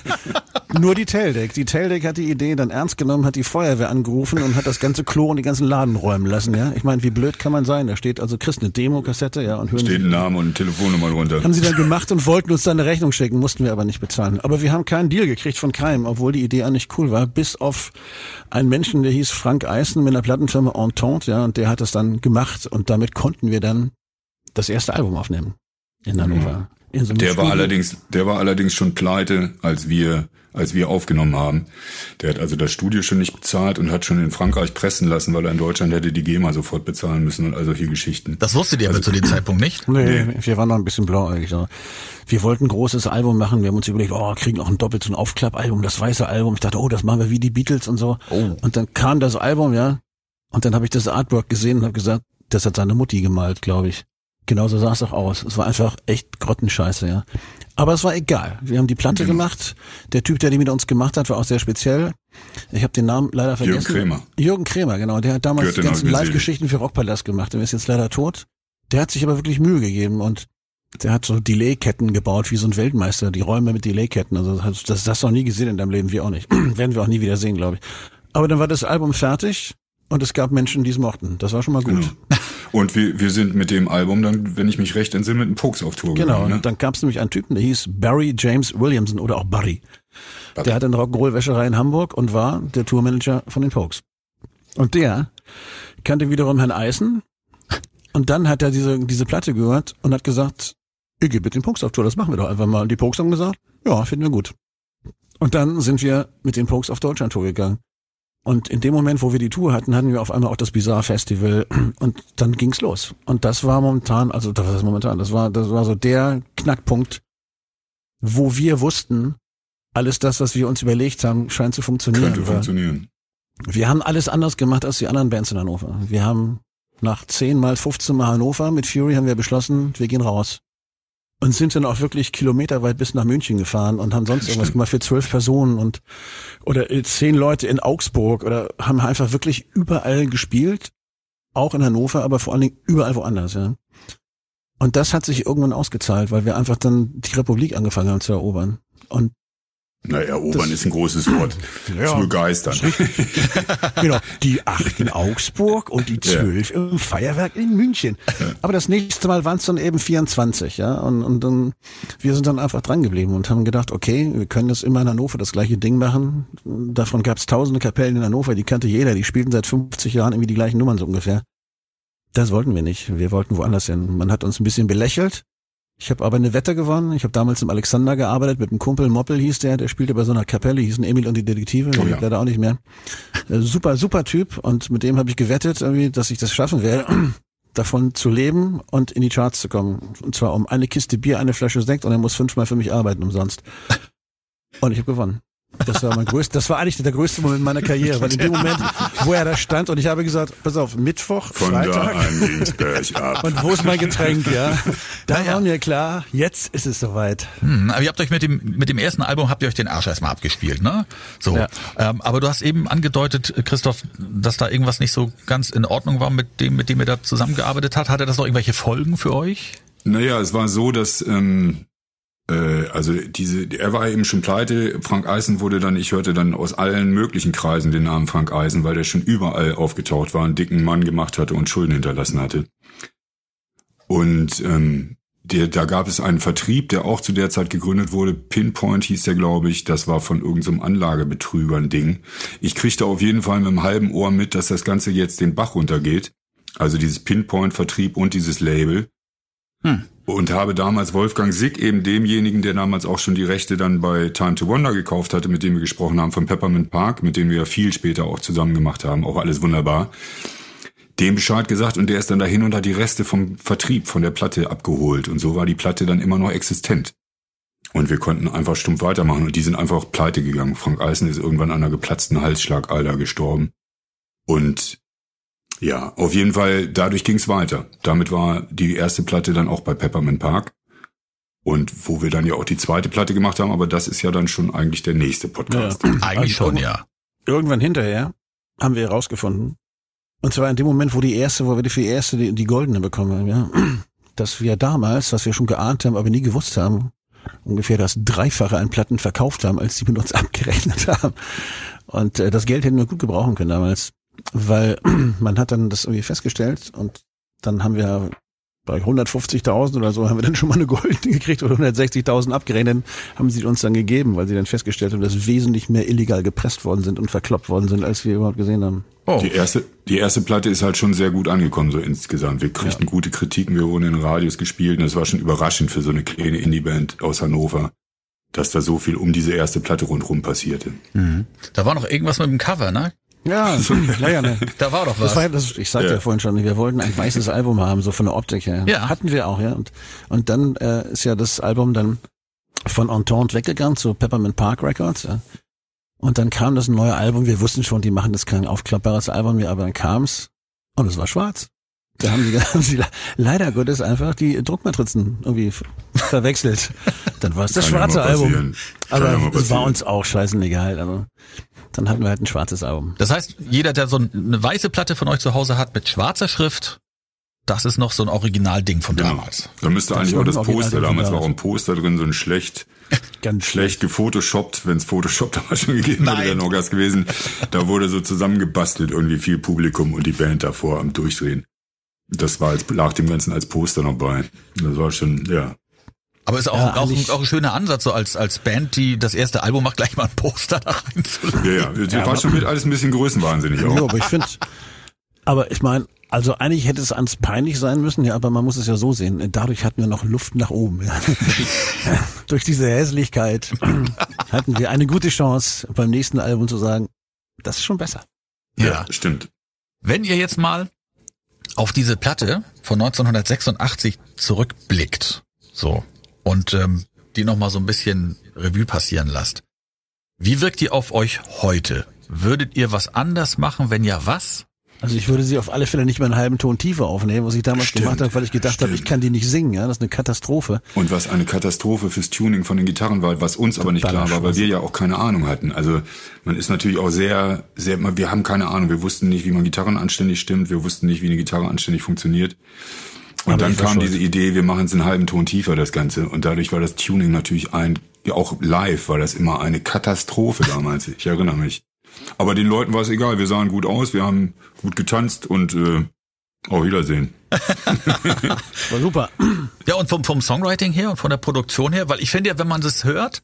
Nur die Taildeck. Die Taildeck hat die Idee dann ernst genommen, hat die Feuerwehr angerufen und hat das ganze Klo und die ganzen Laden räumen lassen, ja. Ich meine, wie blöd kann man sein? Da steht also, kriegst eine Demo-Kassette, ja, und hören. Steht ein Name und eine Telefonnummer drunter. Haben sie dann gemacht und wollten uns dann eine Rechnung schicken, mussten wir aber nicht bezahlen. Aber wir haben keinen Deal gekriegt von keinem, obwohl die Idee eigentlich cool war, bis auf einen Menschen, der hieß Frank Eisen mit einer Plattenfirma Entente, ja, und der hat das dann gemacht und damit konnten wir dann das erste Album aufnehmen in Hannover. So der war allerdings schon pleite, als wir aufgenommen haben. Der hat also das Studio schon nicht bezahlt und hat schon in Frankreich pressen lassen, weil er in Deutschland hätte die GEMA sofort bezahlen müssen und all solche Geschichten. Das wusstet ihr aber zu dem Zeitpunkt nicht? Nee, wir waren noch ein bisschen blau eigentlich. Wir wollten ein großes Album machen. Wir haben uns überlegt, kriegen auch ein doppelt so ein Aufklappalbum, das weiße Album. Ich dachte, das machen wir wie die Beatles und so. Oh. Und dann kam das Album, ja. Und dann habe ich das Artwork gesehen und habe gesagt, das hat seine Mutti gemalt, glaube ich. Genauso sah es auch aus. Es war einfach echt Grottenscheiße, ja. Aber es war egal. Wir haben die Platte gemacht. Der Typ, der die mit uns gemacht hat, war auch sehr speziell. Ich habe den Namen leider vergessen. Jürgen Krämer, genau. Der hat damals die ganzen Live-Geschichten für Rockpalast gemacht. Der ist jetzt leider tot. Der hat sich aber wirklich Mühe gegeben und der hat so Delay-Ketten gebaut, wie so ein Weltmeister. Die Räume mit Delay-Ketten. Also das hast du noch nie gesehen in deinem Leben, wir auch nicht. Werden wir auch nie wieder sehen, glaube ich. Aber dann war das Album fertig. Und es gab Menschen, die es mochten. Das war schon mal gut. Genau. Und wir sind mit dem Album dann, wenn ich mich recht entsinne, mit dem Pokes auf Tour gegangen. Genau, und dann gab es nämlich einen Typen, der hieß Barry James Williamson oder auch Barry. Der hatte eine Rock'n'Roll-Wäscherei in Hamburg und war der Tourmanager von den Pokes. Und der kannte wiederum Herrn Eisen. Und dann hat er diese Platte gehört und hat gesagt, ihr geht mit den Pokes auf Tour, das machen wir doch einfach mal. Und die Pokes haben gesagt, ja, finden wir gut. Und dann sind wir mit den Pokes auf Deutschland-Tour gegangen. Und in dem Moment, wo wir die Tour hatten wir auf einmal auch das Bizarre Festival und dann ging's los. Und das war das war so der Knackpunkt, wo wir wussten, alles das, was wir uns überlegt haben, scheint zu funktionieren. Könnte funktionieren. Wir haben alles anders gemacht als die anderen Bands in Hannover. Wir haben nach 10 mal 15 mal Hannover mit Fury haben wir beschlossen, wir gehen raus. Und sind dann auch wirklich kilometerweit bis nach München gefahren und haben sonst irgendwas gemacht für 12 Personen oder 10 Leute in Augsburg oder haben einfach wirklich überall gespielt, auch in Hannover, aber vor allen Dingen überall woanders, ja. Und das hat sich irgendwann ausgezahlt, weil wir einfach dann die Republik angefangen haben zu erobern. Und erobern ist ein großes Wort. Ja, zu begeistern. Genau. Die 8 in Augsburg und die 12 im Feuerwerk in München. Ja. Aber das nächste Mal waren es dann eben 24, ja. Und dann, wir sind dann einfach dran geblieben und haben gedacht, okay, wir können das immer in Hannover das gleiche Ding machen. Davon gab es tausende Kapellen in Hannover, die kannte jeder, die spielten seit 50 Jahren irgendwie die gleichen Nummern so ungefähr. Das wollten wir nicht. Wir wollten woanders hin. Man hat uns ein bisschen belächelt. Ich habe aber eine Wette gewonnen. Ich habe damals im Alexander gearbeitet, mit einem Kumpel, Moppel hieß der spielte bei so einer Kapelle, hießen Emil und die Detektive, leider auch nicht mehr. Super Typ und mit dem habe ich gewettet, irgendwie, dass ich das schaffen werde, davon zu leben und in die Charts zu kommen. Und zwar um eine Kiste Bier, eine Flasche Sekt und er muss 5-mal für mich arbeiten umsonst. Und ich habe gewonnen. Das war eigentlich der größte Moment meiner Karriere, weil in dem Moment, wo er da stand und ich habe gesagt, pass auf, Mittwoch, Von Freitag. da an ging's bergab. Und wo ist mein Getränk, ja? Da war mir klar, jetzt ist es soweit. Aber ihr habt euch mit dem ersten Album habt ihr euch den Arsch erstmal abgespielt, ne? So. Ja. Aber du hast eben angedeutet, Christoph, dass da irgendwas nicht so ganz in Ordnung war mit dem ihr da zusammengearbeitet habt. Hatte das noch irgendwelche Folgen für euch? Naja, es war so, dass er war eben schon pleite. Frank Eisen wurde dann, ich hörte dann aus allen möglichen Kreisen den Namen Frank Eisen, weil der schon überall aufgetaucht war, einen dicken Mann gemacht hatte und Schulden hinterlassen hatte. Und da gab es einen Vertrieb, der auch zu der Zeit gegründet wurde. Pinpoint hieß der, glaube ich. Das war von irgendeinem Anlagebetrüger ein Ding. Ich kriegte auf jeden Fall mit einem halben Ohr mit, dass das Ganze jetzt den Bach runtergeht. Also dieses Pinpoint-Vertrieb und dieses Label. Und habe damals Wolfgang Sick, eben demjenigen, der damals auch schon die Rechte dann bei Time to Wonder gekauft hatte, mit dem wir gesprochen haben, von Peppermint Park, mit dem wir ja viel später auch zusammen gemacht haben, auch alles wunderbar, dem Bescheid gesagt und der ist dann dahin und hat die Reste vom Vertrieb von der Platte abgeholt und so war die Platte dann immer noch existent. Und wir konnten einfach stumpf weitermachen und die sind einfach pleite gegangen. Frank Eisen ist irgendwann an einer geplatzten Halsschlagader gestorben. Und ja, auf jeden Fall, dadurch ging's weiter. Damit war die erste Platte dann auch bei Peppermint Park. Und wo wir dann ja auch die zweite Platte gemacht haben, aber das ist ja dann schon eigentlich der nächste Podcast. Ja. Eigentlich schon, ja. Irgendwann hinterher haben wir herausgefunden, und zwar in dem Moment, wo wir für die erste die goldene bekommen haben, ja, dass wir damals, was wir schon geahnt haben, aber nie gewusst haben, ungefähr das Dreifache an Platten verkauft haben, als die mit uns abgerechnet haben. Und das Geld hätten wir gut gebrauchen können damals. Weil man hat dann das irgendwie festgestellt und dann haben wir bei 150.000 oder so haben wir dann schon mal eine goldene gekriegt oder 160.000 abgerechnet, haben sie uns dann gegeben, weil sie dann festgestellt haben, dass wesentlich mehr illegal gepresst worden sind und verkloppt worden sind, als wir überhaupt gesehen haben. Oh. Die erste Platte ist halt schon sehr gut angekommen, so insgesamt. Wir kriegten gute Kritiken, wir wurden in Radios gespielt und es war schon überraschend für so eine kleine Indie-Band aus Hannover, dass da so viel um diese erste Platte rundherum passierte. Mhm. Da war noch irgendwas mit dem Cover, ne? Ja, ne. Da war doch was. Ich sagte ja vorhin schon, wir wollten ein weißes Album haben, so von der Optik her. Ja. Hatten wir auch, ja. Und dann ist ja das Album dann von Entente weggegangen zu Peppermint Park Records. Ja. Und dann kam das neue Album. Wir wussten schon, die machen das kein aufklappbares Album mehr, aber dann kam's und es war schwarz. Da haben sie leider Gottes einfach die Druckmatrizen irgendwie verwechselt. Dann war es das schwarze Album. Aber es war uns auch scheißegal. Also dann hatten wir halt ein schwarzes Album. Das heißt, jeder, der so eine weiße Platte von euch zu Hause hat mit schwarzer Schrift, das ist noch so ein Originalding von damals. Da müsste eigentlich auch das Poster, damals war auch ein Poster drin, so ein schlecht gefotoshoppt, wenn es Photoshop damals schon gegeben hätte, wäre noch Gas gewesen. Da wurde so zusammengebastelt, irgendwie viel Publikum und die Band davor am Durchdrehen. Das war lag dem Ganzen als Poster noch bei. Das war schon, ja. Aber ist auch ein schöner Ansatz, so als Band, die das erste Album macht, gleich mal ein Poster da reinzulegen. Ja, war schon mit alles ein bisschen größenwahnsinnig auch. Ja, aber ich meine, also eigentlich hätte es ans peinlich sein müssen, ja, aber man muss es ja so sehen. Dadurch hatten wir noch Luft nach oben. Ja. Durch diese Hässlichkeit hatten wir eine gute Chance, beim nächsten Album zu sagen, das ist schon besser. Ja, stimmt. Wenn ihr jetzt mal auf diese Platte von 1986 zurückblickt, so, und die nochmal so ein bisschen Revue passieren lasst. Wie wirkt die auf euch heute? Würdet ihr was anders machen? Wenn ja, was? Also ich würde sie auf alle Fälle nicht mehr einen halben Ton tiefer aufnehmen, was ich damals gemacht habe, weil ich gedacht habe, ich kann die nicht singen. Ja, das ist eine Katastrophe. Und was eine Katastrophe fürs Tuning von den Gitarren war, was uns aber nicht klar war, weil wir ja auch keine Ahnung hatten. Also man ist natürlich auch sehr, wir haben keine Ahnung. Wir wussten nicht, wie man Gitarren anständig stimmt. Wir wussten nicht, wie eine Gitarre anständig funktioniert. Und aber dann kam diese Idee, wir machen es einen halben Ton tiefer, das Ganze. Und dadurch war das Tuning natürlich auch live war das immer eine Katastrophe damals. Ich erinnere mich. Aber den Leuten war es egal. Wir sahen gut aus, wir haben gut getanzt und auf Wiedersehen. War super. Ja, und vom Songwriting her und von der Produktion her, weil ich finde ja, wenn man das hört,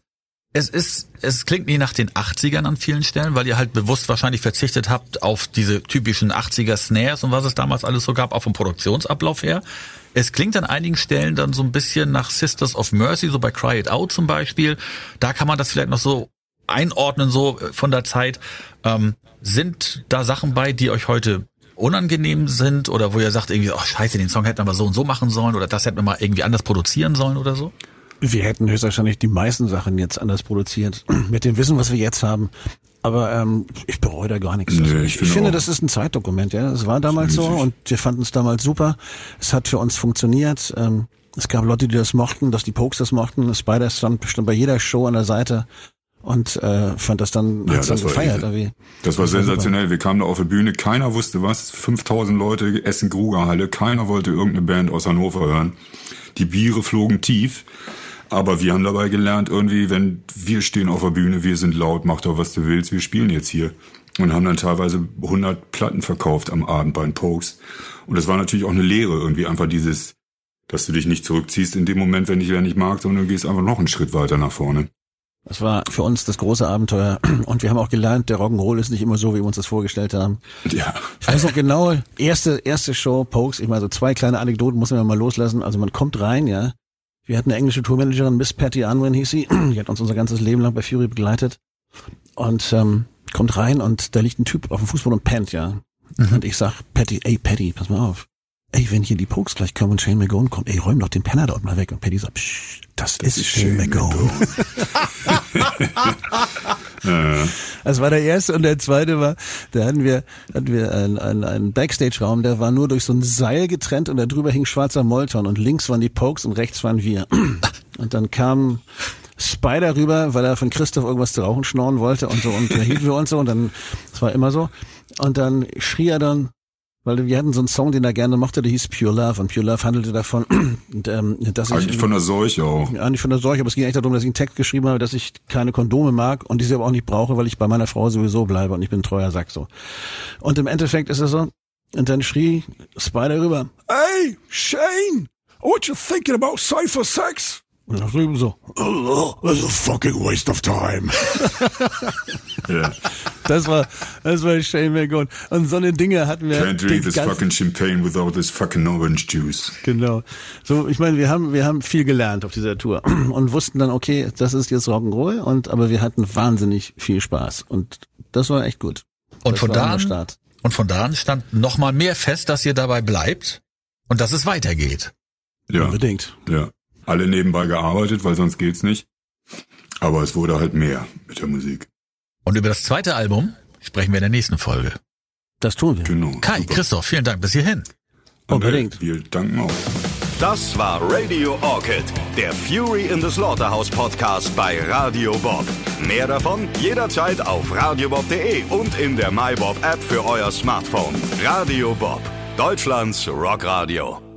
es klingt nie nach den 80ern an vielen Stellen, weil ihr halt bewusst wahrscheinlich verzichtet habt auf diese typischen 80er Snares und was es damals alles so gab, auch vom Produktionsablauf her. Es klingt an einigen Stellen dann so ein bisschen nach Sisters of Mercy, so bei Cry It Out zum Beispiel. Da kann man das vielleicht noch so einordnen, so von der Zeit. Sind da Sachen bei, die euch heute unangenehm sind oder wo ihr sagt irgendwie, oh scheiße, den Song hätten wir mal so und so machen sollen oder das hätten wir mal irgendwie anders produzieren sollen oder so? Wir hätten höchstwahrscheinlich die meisten Sachen jetzt anders produziert, mit dem Wissen, was wir jetzt haben. Aber ich bereue da gar nichts. Also, ich finde, das ist ein Zeitdokument. Ja, es war damals so und wir fanden es damals super. Es hat für uns funktioniert. Es gab Leute, die das mochten, dass die Pokes das mochten. Spider stand bestimmt bei jeder Show an der Seite und fand das dann, hat's dann gefeiert. Das war sensationell. Wir kamen da auf die Bühne, keiner wusste was. 5000 Leute, Essen-Grugerhalle, keiner wollte irgendeine Band aus Hannover hören. Die Biere flogen tief. Aber wir haben dabei gelernt, irgendwie, wenn wir stehen auf der Bühne, wir sind laut, mach doch, was du willst, wir spielen jetzt hier. Und haben dann teilweise 100 Platten verkauft am Abend bei den Pokes. Und das war natürlich auch eine Lehre, irgendwie einfach dieses, dass du dich nicht zurückziehst in dem Moment, wenn dich wer nicht mag, sondern du gehst einfach noch einen Schritt weiter nach vorne. Das war für uns das große Abenteuer. Und wir haben auch gelernt, der Rock'n'Roll ist nicht immer so, wie wir uns das vorgestellt haben. Ja. Ich weiß noch genau, erste Show, Pokes, ich meine, so 2 kleine Anekdoten muss man mal loslassen. Also man kommt rein, ja. Wir hatten eine englische Tourmanagerin, Miss Patty Unwin hieß sie. Die hat uns unser ganzes Leben lang bei Fury begleitet. Und kommt rein und da liegt ein Typ auf dem Fußboden und pennt, ja. Und ich sag, Patty, pass mal auf. Ey, wenn hier die Pokes gleich kommen und Shane MacGowan kommt, ey, räum doch den Penner dort mal weg. Und Patty sagt, psch, das ist Shane MacGowan. Das war der erste und der zweite war, da hatten wir einen Backstage-Raum, der war nur durch so ein Seil getrennt und da drüber hing schwarzer Molton und links waren die Pokes und rechts waren wir. Und dann kam Spider rüber, weil er von Christoph irgendwas zu rauchen schnorren wollte und so und da hielten wir uns so und dann, das war immer so. Und dann schrie er dann, weil wir hatten so einen Song, den er gerne mochte, der hieß Pure Love. Und Pure Love handelte davon, dass eigentlich von der Seuche auch. Ja, nicht von der Seuche, aber es ging eigentlich darum, dass ich einen Text geschrieben habe, dass ich keine Kondome mag und die sie aber auch nicht brauche, weil ich bei meiner Frau sowieso bleibe und ich bin ein treuer Sack so. Und im Endeffekt ist es so, und dann schrie Spider rüber, hey, Shane, what you thinking about Cypher Sex? Und dann drüben so, oh, that's a fucking waste of time. Ja. Das war Shane MacGowan. Und so eine Dinge hatten wir. Can't drink this fucking champagne without this fucking orange juice. Genau. So, ich meine, wir haben viel gelernt auf dieser Tour und wussten dann, okay, das ist jetzt Rock'n'Roll aber wir hatten wahnsinnig viel Spaß und das war echt gut. Und von da an stand noch mal mehr fest, dass ihr dabei bleibt und dass es weitergeht. Ja. Unbedingt. Ja. Alle nebenbei gearbeitet, weil sonst geht's nicht. Aber es wurde halt mehr mit der Musik. Und über das zweite Album sprechen wir in der nächsten Folge. Das tun wir. Genau. Kai, super. Christoph, vielen Dank bis hierhin. Unbedingt. Wir danken auch. Das war Radio Orchid, der Fury in the Slaughterhouse Podcast bei Radio Bob. Mehr davon jederzeit auf radiobob.de und in der MyBob App für euer Smartphone. Radio Bob, Deutschlands Rockradio.